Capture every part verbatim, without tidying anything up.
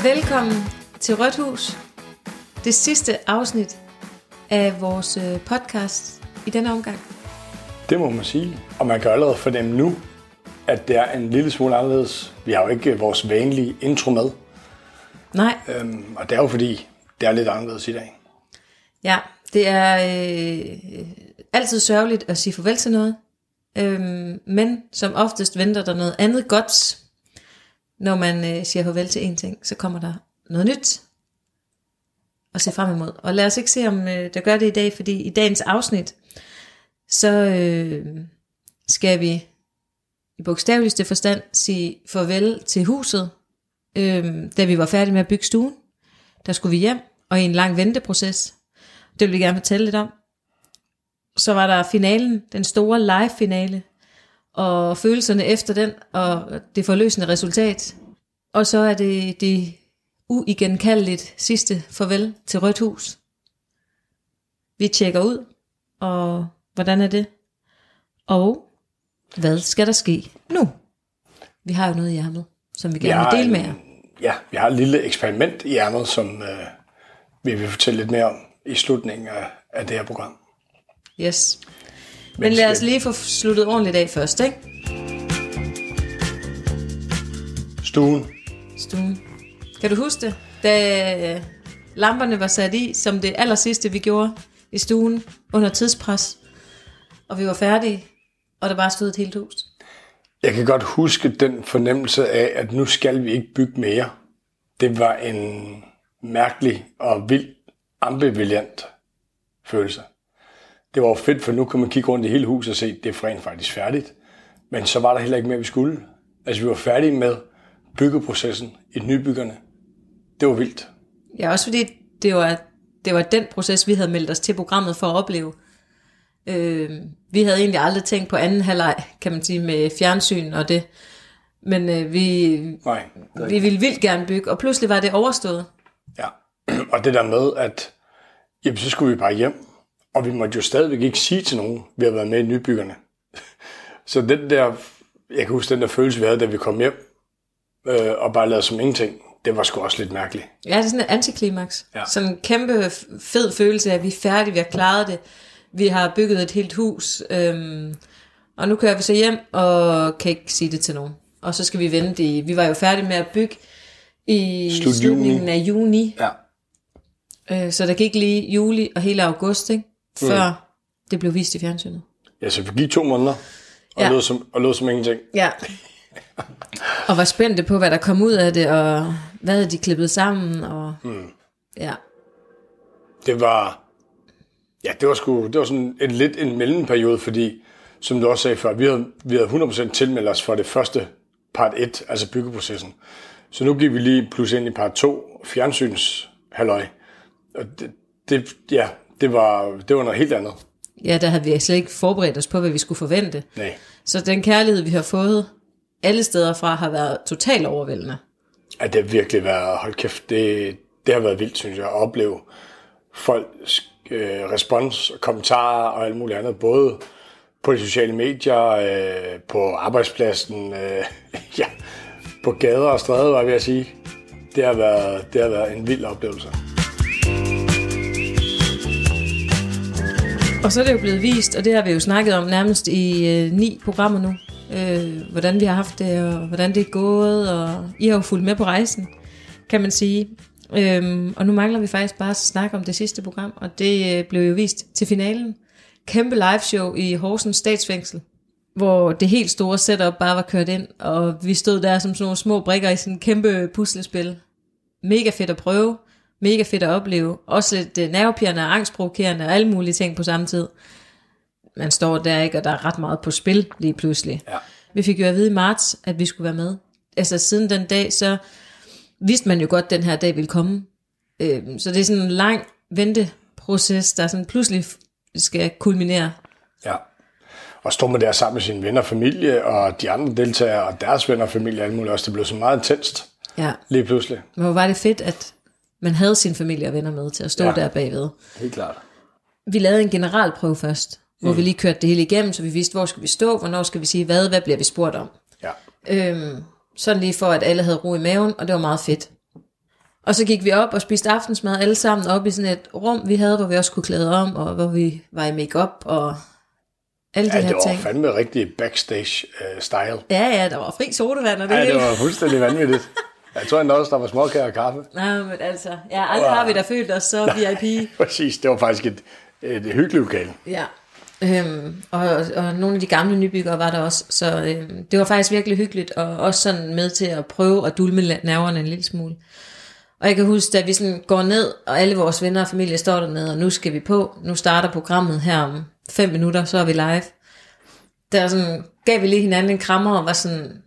Velkommen til Rødt Hus. Det sidste afsnit af vores podcast i denne omgang. Det må man sige. Og man kan allerede fornemme nu, at det er en lille smule anderledes. Vi har jo ikke vores vanlige intro med. Nej. Øhm, og det er jo fordi, det er lidt anderledes i dag. Ja, det er øh, altid sørgeligt at sige farvel til noget. Øhm, men som oftest venter der noget andet godt. Når man øh, siger farvel til en ting, så kommer der noget nyt at se frem imod. Og lad os ikke se, om øh, der gør det i dag, fordi i dagens afsnit, så øh, skal vi i bogstaveligste forstand sige farvel til huset. Øh, da vi var færdige med at bygge stuen, der skulle vi hjem, og i en lang venteproces. Det vil vi gerne fortælle lidt om. Så var der finalen, den store live-finale, og følelserne efter den, og det forløsende resultat. Og så er det det uigenkaldeligt sidste farvel til Rødt Hus. Vi tjekker ud, og hvordan er det? Og hvad skal der ske nu? Vi har jo noget i ærmet, som vi gerne vil dele med jer. Ja, vi har et lille eksperiment i ærmet, som øh, vi vil fortælle lidt mere om i slutningen af, af det her program. Yes. Men lad os lige få sluttet ordentligt af først, ikke? Stuen. Stuen. Kan du huske det? Da lamperne var sat i, som det aller sidste vi gjorde i stuen, under tidspres, og vi var færdige, og der bare stod et helt hus. Jeg kan godt huske den fornemmelse af, at nu skal vi ikke bygge mere. Det var en mærkelig og vild, ambivalent følelse. Det var jo fedt, for nu kunne man kigge rundt i hele huset og se, at det er rent faktisk færdigt. Men så var der heller ikke mere, vi skulle. Altså, vi var færdige med byggeprocessen i nybyggerne. Det var vildt. Ja, også fordi det var, det var den proces, vi havde meldt os til programmet for at opleve. Øh, vi havde egentlig aldrig tænkt på anden halvleg, kan man sige, med fjernsyn og det. Men øh, vi, Nej, vi ville vildt gerne bygge, og pludselig var det overstået. Ja, og det der med, at jamen, så skulle vi bare hjem. Og vi måtte jo stadigvæk ikke sige til nogen, vi har været med i nybyggerne. Så den der, jeg kan huske den der følelse, vi havde, da vi kom hjem, øh, og bare lavede som ingenting, det var sgu også lidt mærkeligt. Ja, det er sådan en antiklimaks. Ja. Sådan en kæmpe fed følelse af, at vi er færdige, vi har klaret det. Vi har bygget et helt hus, øhm, og nu kører vi så hjem, og kan ikke sige det til nogen. Og så skal vi vente i, vi var jo færdige med at bygge i Slut slutningen juni. af juni. Ja. Øh, så der gik lige juli og hele august, ikke? Før mm. det blev vist i fjernsynet. Ja, så vi gik to måneder, og, ja. lå som, og lå som ingenting. Ja. Og var spændte på, hvad der kom ud af det, og hvad havde de klippet sammen, og mm. ja. Det var, ja, det var sgu, det var sådan en lidt en mellemperiode, fordi, som du også sagde før, vi havde, vi havde hundrede procent tilmeldt os for det første part et, altså byggeprocessen. Så nu gik vi lige plus ind i part to, fjernsynshalløj. Og det, det, ja, det var, det var noget helt andet. Ja, der havde vi slet ikke forberedt os på, hvad vi skulle forvente. Nej. Så den kærlighed, vi har fået alle steder fra, har været totalt overvældende. Ja, det har virkelig været, hold kæft, det, det har været vildt, synes jeg, at opleve folks øh, respons og kommentarer og alt muligt andet, både på de sociale medier, øh, på arbejdspladsen, øh, ja, på gader og stræder, var jeg ved at sige. Det har været, det har været en vild oplevelse. Og så er det jo blevet vist, og det har vi jo snakket om nærmest i øh, ni programmer nu, øh, hvordan vi har haft det, og hvordan det er gået, og I har jo fulgt med på rejsen, kan man sige. Øhm, og nu mangler vi faktisk bare at snakke om det sidste program, og det øh, blev jo vist til finalen. Kæmpe liveshow i Horsens Statsfængsel, hvor det helt store setup bare var kørt ind, og vi stod der som sådan nogle små brikker i sådan en kæmpe puslespil. Mega fedt at prøve. Mega fedt at opleve. Også lidt nervepirrende og angstprovokerende og alle mulige ting på samme tid. Man står der ikke, og der er ret meget på spil lige pludselig. Ja. Vi fik jo at vide i marts, at vi skulle være med. Altså siden den dag, så vidste man jo godt, at den her dag ville komme. Så det er sådan en lang venteproces, der sådan pludselig skal kulminere. Ja. Og stå med der sammen med sine venner og familie, og de andre deltagere, og deres venner og familie, og alt muligt også. Det blev så meget intenst. Ja. Lige pludselig. Men hvor var det fedt, at man havde sin familie og venner med til at stå ja, der bagved. Helt klart. Vi lavede en generalprøve først, hvor mm. vi lige kørte det hele igennem, så vi vidste, hvor skal vi stå, hvornår skal vi sige hvad, hvad bliver vi spurgt om. Ja. Øhm, sådan lige for, at alle havde ro i maven, og det var meget fedt. Og så gik vi op og spiste aftensmad alle sammen op i sådan et rum, vi havde, hvor vi også kunne klæde om, og hvor vi var i make-up og alle de ja, her ting. Ja, det var fandme rigtig backstage-style. Uh, ja, ja, der var fri sodavand og det ja, hele. det var fuldstændig vanvittigt. Jeg tror endda også, der var småkager og kaffe. Nej, men altså, ja, aldrig har vi da følt os så V I P. Præcis, det var faktisk et, et hyggeligt lokale. Ja, øhm, og, og nogle af de gamle nybyggere var der også, så øhm, det var faktisk virkelig hyggeligt, og også sådan med til at prøve at dulme nerverne en lille smule. Og jeg kan huske, da vi sådan går ned, og alle vores venner og familie står dernede, og nu skal vi på, nu starter programmet her om fem minutter, så er vi live. Der sådan, gav vi lige hinanden en krammer, og var sådan,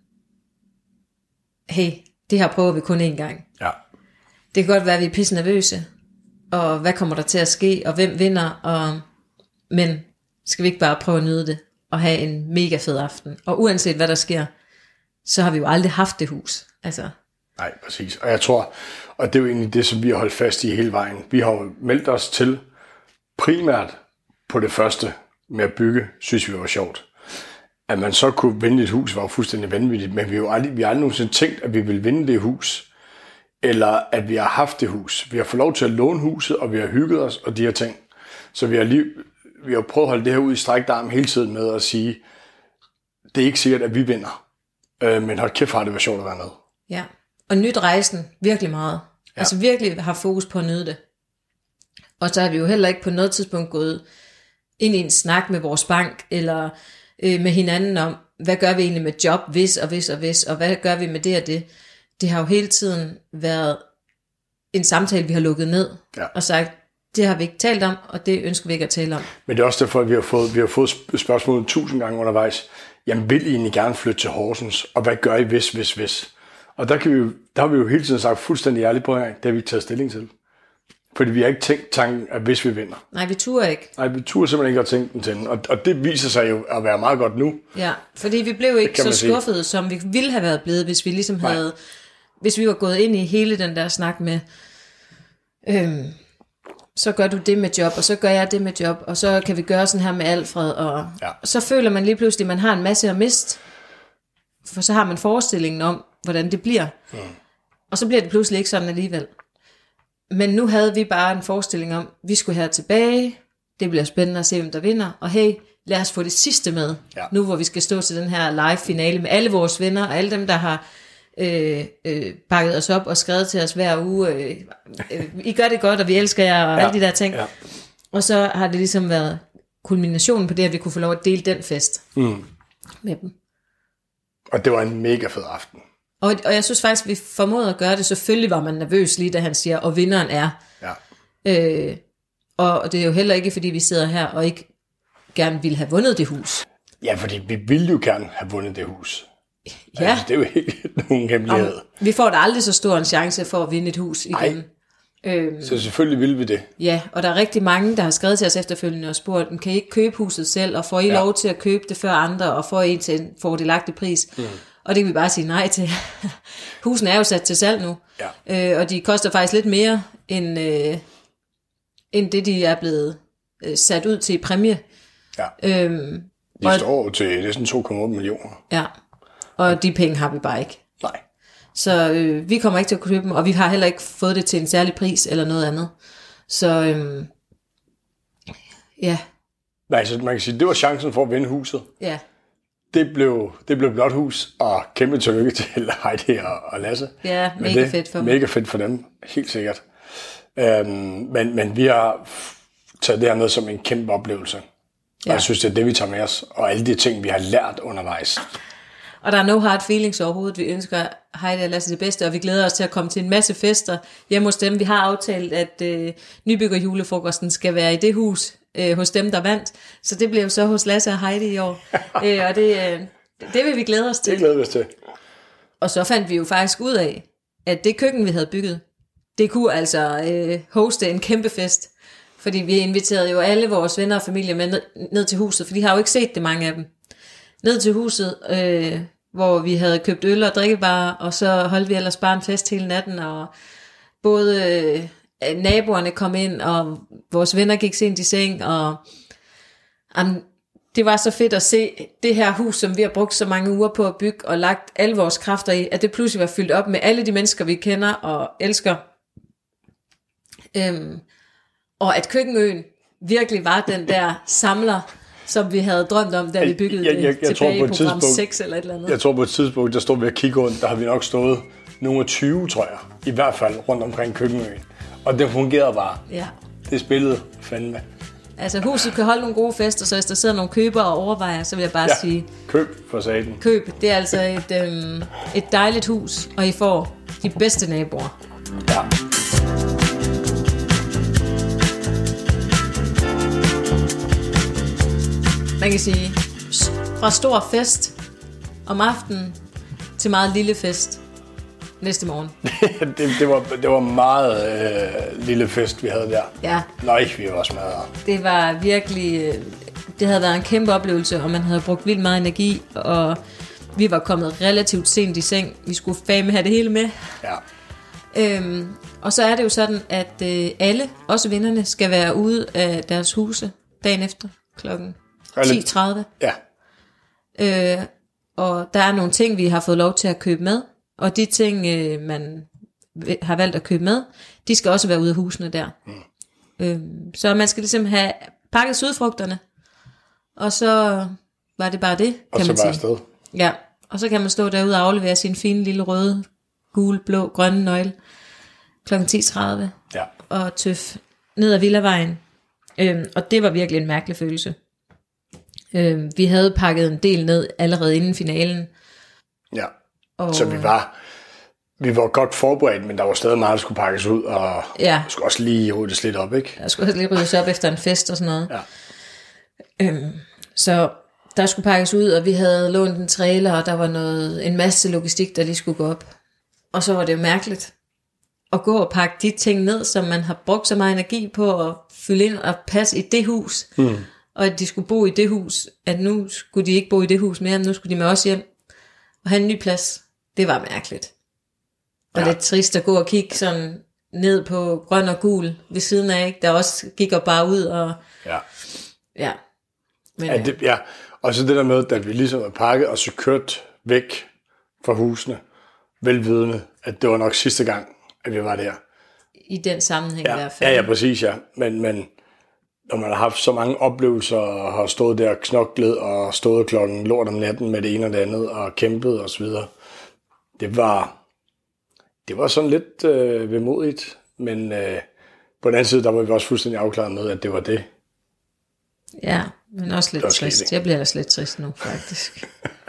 hey, det her prøver vi kun én gang. Ja. Det kan godt være, at vi er pisse nervøse, og hvad kommer der til at ske, og hvem vinder, og men skal vi ikke bare prøve at nyde det, og have en mega fed aften. Og uanset hvad der sker, så har vi jo aldrig haft det hus. Altså. Nej, præcis. Og jeg tror, og det er jo egentlig det, som vi har holdt fast i hele vejen. Vi har jo meldt os til primært på det første med at bygge, synes vi var sjovt. At man så kunne vinde et hus, var jo fuldstændig vanvittigt, men vi har jo aldrig, vi har aldrig nogensinde tænkt, at vi ville vinde det hus, eller at vi har haft det hus. Vi har fået lov til at låne huset, og vi har hygget os, og de her ting. Så vi har, lige, vi har prøvet at holde det her ud i strækt arm hele tiden med at sige, det er ikke sikkert, at vi vinder, øh, men hold kæft, har det været sjovt at være med. Ja, og nyt rejsen virkelig meget. Ja. Altså virkelig har fokus på at nyde det. Og så har vi jo heller ikke på noget tidspunkt gået ind i en snak med vores bank, eller øh, med hinanden om, hvad gør vi egentlig med job, hvis og hvis og hvis, og hvad gør vi med det og det. Det har jo hele tiden været en samtale, vi har lukket ned, ja. Og sagt, det har vi ikke talt om, og det ønsker vi ikke at tale om. Men det er også derfor, at vi har fået, vi har fået spørgsmålet tusind gange undervejs. Jamen, vil I egentlig gerne flytte til Horsens? Og hvad gør I, hvis, hvis, hvis? Og der, kan vi jo, der har vi jo hele tiden sagt fuldstændig ærligt på her, det har vi taget stilling til. Fordi vi har ikke tænkt tanken, at hvis vi vinder. Nej, vi turer ikke. Nej, vi turer simpelthen ikke at tænke den til den. Og, og det viser sig jo at være meget godt nu. Ja, fordi vi blev ikke så skuffede, som vi ville have været blevet, hvis vi ligesom Nej. havde, hvis vi var gået ind i hele den der snak med, øhm, så gør du det med job, og så gør jeg det med job, og så kan vi gøre sådan her med Alfred, og ja. Så føler man lige pludselig, at man har en masse at miste, for så har man forestillingen om, hvordan det bliver. Hmm. Og så bliver det pludselig ikke sådan alligevel. Men nu havde vi bare en forestilling om, vi skulle her tilbage, det bliver spændende at se, hvem der vinder, og hey, lad os få det sidste med, ja. Nu hvor vi skal stå til den her live finale med alle vores venner, og alle dem, der har øh, øh, bakket os op og skrevet til os hver uge, øh, øh, I gør det godt, og vi elsker jer, og ja. Alle de der ting. Ja. Og så har det ligesom været kulminationen på det, at vi kunne få lov at dele den fest mm. med dem. Og det var en mega fed aften. Og, og jeg synes faktisk, vi formåede at gøre det. Selvfølgelig var man nervøs lige, da han siger, og vinderen er. Ja. Øh, og det er jo heller ikke, fordi vi sidder her og ikke gerne ville have vundet det hus. Ja, fordi vi ville jo gerne have vundet det hus. Ja. Altså, det er jo ikke nogen hemmelighed. Og vi får da aldrig så stor en chance for at vinde et hus igen. Nej. Øhm, så selvfølgelig vil vi det. Ja, og der er rigtig mange, der har skrevet til os efterfølgende og spurgt, kan I ikke købe huset selv, og får I ja. Lov til at købe det før andre, og får I til en fordelagtig pris? Mm. Og det kan vi bare sige nej til. Husene er jo sat til salg nu, ja. øh, og de koster faktisk lidt mere, end, øh, end det, de er blevet øh, sat ud til i præmie. Ja. Øhm, de og, står til næsten to komma otte millioner. Ja, og de penge har vi bare ikke. Nej. Så øh, vi kommer ikke til at købe dem, og vi har heller ikke fået det til en særlig pris eller noget andet. Så øh, ja. Nej, så man kan sige, det var chancen for at vinde huset. Ja. Det blev, det blev blot hus, og kæmpe tillykke til Heidi og, og Lasse. Ja, mega det, fedt for dem. Mega fedt for dem, helt sikkert. Øhm, men, men vi har taget det her med som en kæmpe oplevelse. Ja. Og jeg synes, det er det, vi tager med os, og alle de ting, vi har lært undervejs. Og der er no hard feelings overhovedet. Vi ønsker Heidi og Lasse det bedste, og vi glæder os til at komme til en masse fester hjemme hos dem. Vi har aftalt, at øh, nybyggerjulefrokosten skal være i det hus øh, hos dem, der vandt. Så det bliver jo så hos Lasse og Heidi i år. øh, og det, øh, det vil vi glæde os til. Det glæder vi os til. Og så fandt vi jo faktisk ud af, at det køkken, vi havde bygget, det kunne altså øh, hoste en kæmpe fest. Fordi vi inviterede jo alle vores venner og familie med ned, ned til huset, for de har jo ikke set det, mange af dem. Ned til huset, øh, hvor vi havde købt øl og drikkevarer, og så holdt vi ellers bare en fest hele natten, og både øh, naboerne kom ind, og vores venner gik sent i seng, og um, det var så fedt at se det her hus, som vi har brugt så mange uger på at bygge, og lagt alle vores kræfter i, at det pludselig var fyldt op med alle de mennesker, vi kender og elsker, Øhm, og at Køkkenøen virkelig var den der samler, som vi havde drømt om, da vi byggede jeg, jeg, jeg, det jeg tilbage i program program seks eller et eller andet. Jeg tror på et tidspunkt, der stod vi at kigge rundt, der har vi nok stået nogle tyve, tror jeg, i hvert fald rundt omkring Køkkenøen. Og det fungerede bare. Ja. Det spillede fandme. Altså huset kan holde nogle gode fester, så hvis der sidder nogle købere og overvejer, så vil jeg bare ja, sige... køb for saten. Køb, det er altså et, øhm, et dejligt hus, og I får de bedste naboer. Ja. Man kan sige, fra stor fest om aftenen til meget lille fest næste morgen. det, det, var, det var meget øh, lille fest, vi havde der. Ja. Nej, vi var smadret. Det var virkelig... Øh, det havde været en kæmpe oplevelse, og man havde brugt vildt meget energi, og vi var kommet relativt sent i seng. Vi skulle fandme have det hele med. Ja. Øhm, og så er det jo sådan, at øh, alle, også vinderne, skal være ude af deres huse dagen efter klokken ti tredive. Ja. Øh, og der er nogle ting, vi har fået lov til at købe med, og de ting, øh, man har valgt at købe med, de skal også være ude af husene der. Mm. Øh, så man skal ligesom have pakket sydfrugterne, og så var det bare det, og kan man sige. Og så bare afsted. Ja, og så kan man stå derude og aflevere sin fine lille røde, gule, blå, grønne nøgle klokken ti tredive. Ja. Og tøf ned ad Villavejen. Øhm, og det var virkelig en mærkelig følelse. Øhm, vi havde pakket en del ned allerede inden finalen. Ja, og, så vi var, vi var godt forberedt, men der var stadig meget, der skulle pakkes ud, og ja. skulle også lige ryddes lidt op, ikke? Der skulle også lige ryddes op efter en fest og sådan noget. Ja. Øhm, så der skulle pakkes ud, og vi havde lånt en trailer, og der var noget, en masse logistik, der lige skulle gå op. Og så var det jo mærkeligt at gå og pakke de ting ned, som man har brugt så meget energi på at fylde ind og passe i det hus. Mm. Og at de skulle bo i det hus, at nu skulle de ikke bo i det hus mere, nu skulle de med os hjem og have en ny plads. Det var mærkeligt. Og ja. Lidt trist at gå og kigge sådan ned på grøn og gul ved siden af, ikke? Der også gik og bare ud og... Ja. Ja. Men, ja, det, ja. Og så det der med, at vi ligesom var pakket og så kørt væk fra husene, velvidende, at det var nok sidste gang, at vi var der. I den sammenhæng ja. i hvert fald. Ja, ja, præcis, ja. Men, men når man har haft så mange oplevelser, og har stået der knoklet, og stået klokken lort om natten med det ene og det andet, og kæmpet og så videre, det var, det var sådan lidt øh, vemodigt, men øh, på den anden side, der var vi også fuldstændig afklaret med, at det var det. Ja, men også lidt trist. Jeg bliver da lidt trist nu, faktisk.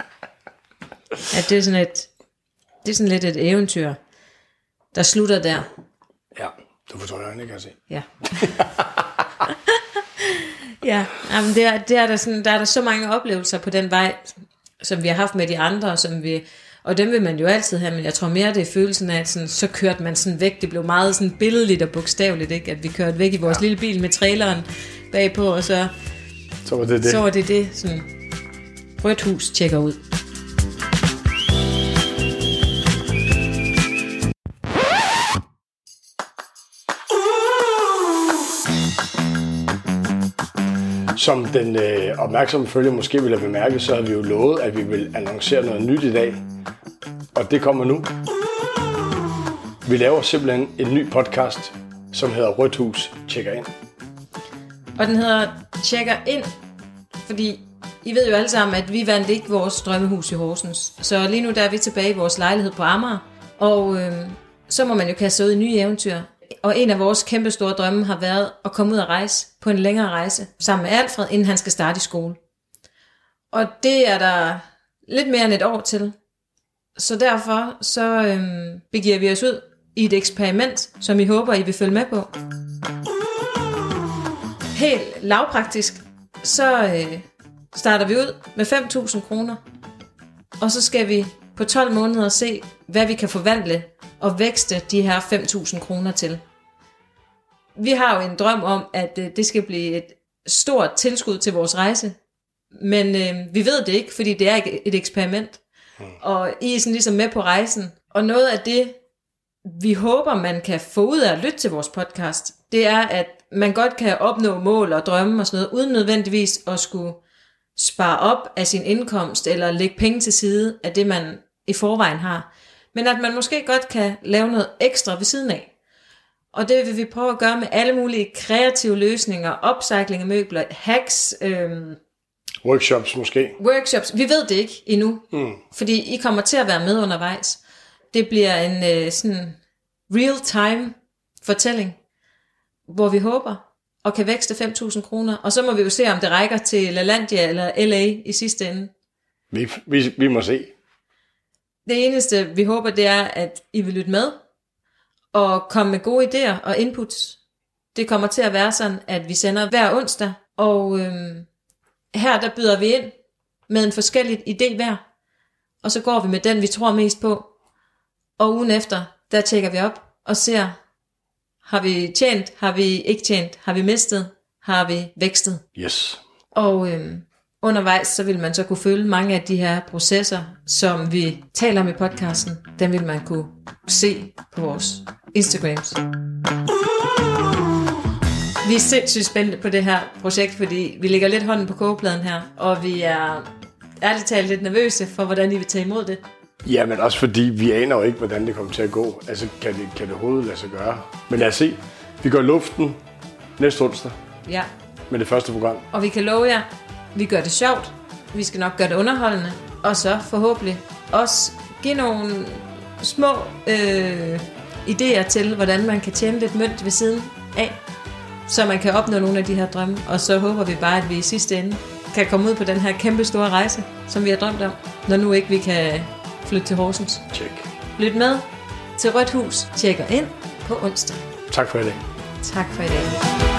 At det er sådan et, det er sådan lidt et eventyr, der slutter der. Ja, du får tøjerne, kan jeg se. Ja. Ja, jamen det er, det er der, sådan, der er der så mange oplevelser på den vej, som vi har haft med de andre, som vi, og dem vil man jo altid have, men jeg tror mere, det er følelsen af, at sådan, så kørte man sådan væk. Det blev meget sådan billedligt og bogstaveligt, ikke? At vi kørte væk i vores ja. lille bil med traileren bagpå, og så, så var det det. Så var det, det sådan, Rødt Hus tjekker ud. Som den øh, opmærksomme følger måske vil have bemærket, så har vi jo lovet, at vi vil annoncere noget nyt i dag. Og det kommer nu. Vi laver simpelthen en ny podcast, som hedder Rødt Hus Tjekker Ind. Og den hedder Tjekker Ind, fordi I ved jo alle sammen, at vi vandt ikke vores drømmehus i Horsens. Så lige nu der er vi tilbage i vores lejlighed på Amager. Og øh, så må man jo kaste sig ud i nye eventyr. Og en af vores kæmpe store drømme har været at komme ud og rejse på en længere rejse sammen med Alfred, inden han skal starte i skole. Og det er der lidt mere end et år til. Så derfor så øhm, begiver vi os ud i et eksperiment, som I håber, I vil følge med på. Helt lavpraktisk, så øh, starter vi ud med fem tusind kroner. Og så skal vi på tolv måneder se, hvad vi kan forvandle og vækste de her fem tusind kroner til. Vi har jo en drøm om, at øh, det skal blive et stort tilskud til vores rejse. Men øh, vi ved det ikke, fordi det er et eksperiment. Mm. Og I er sådan ligesom med på rejsen. Og noget af det, vi håber, man kan få ud af at lytte til vores podcast, det er, at man godt kan opnå mål og drømme og sådan noget, uden nødvendigvis at skulle spare op af sin indkomst, eller lægge penge til side af det, man i forvejen har. Men at man måske godt kan lave noget ekstra ved siden af. Og det vil vi prøve at gøre med alle mulige kreative løsninger, upcycling af møbler, hacks, øhm, workshops måske. Workshops, vi ved det ikke endnu, mm. fordi I kommer til at være med undervejs. Det bliver en øh, sådan real-time fortælling, hvor vi håber og kan vækste fem tusind kroner, og så må vi jo se, om det rækker til LaLandia eller L A i sidste ende. Vi, vi, vi må se. Det eneste, vi håber, det er, at I vil lytte med, og komme med gode idéer og inputs. Det kommer til at være sådan, at vi sender hver onsdag, og øhm, her der byder vi ind med en forskellig idé hver, og så går vi med den, vi tror mest på. Og ugen efter, der tjekker vi op og ser, har vi tjent, har vi ikke tjent, har vi mistet, har vi vækstet. Yes. Og øhm, undervejs, så vil man så kunne følge mange af de her processer, som vi taler om i podcasten. Den vil man kunne se på vores Instagrams. Vi er sindssygt spændte på det her projekt, fordi vi lægger lidt hånden på kogepladen her, og vi er ærligt talt lidt nervøse for, hvordan I vil tage imod det. Ja, men også fordi vi aner jo ikke, hvordan det kommer til at gå. Altså, kan det, kan det overhovedet lade sig gøre? Men lad os se. Vi går i luften næste onsdag Ja. med det første program. Og vi kan love jer, vi gør det sjovt, vi skal nok gøre det underholdende, og så forhåbentlig også give nogle små øh, idéer til, hvordan man kan tjene lidt mønt ved siden af, så man kan opnå nogle af de her drømme. Og så håber vi bare, at vi i sidste ende kan komme ud på den her kæmpe store rejse, som vi har drømt om, når nu ikke vi kan flytte til Horsens. Check. Lyt med til Rødt Hus. Tjekker ind på onsdag. Tak for i dag. Tak for i dag.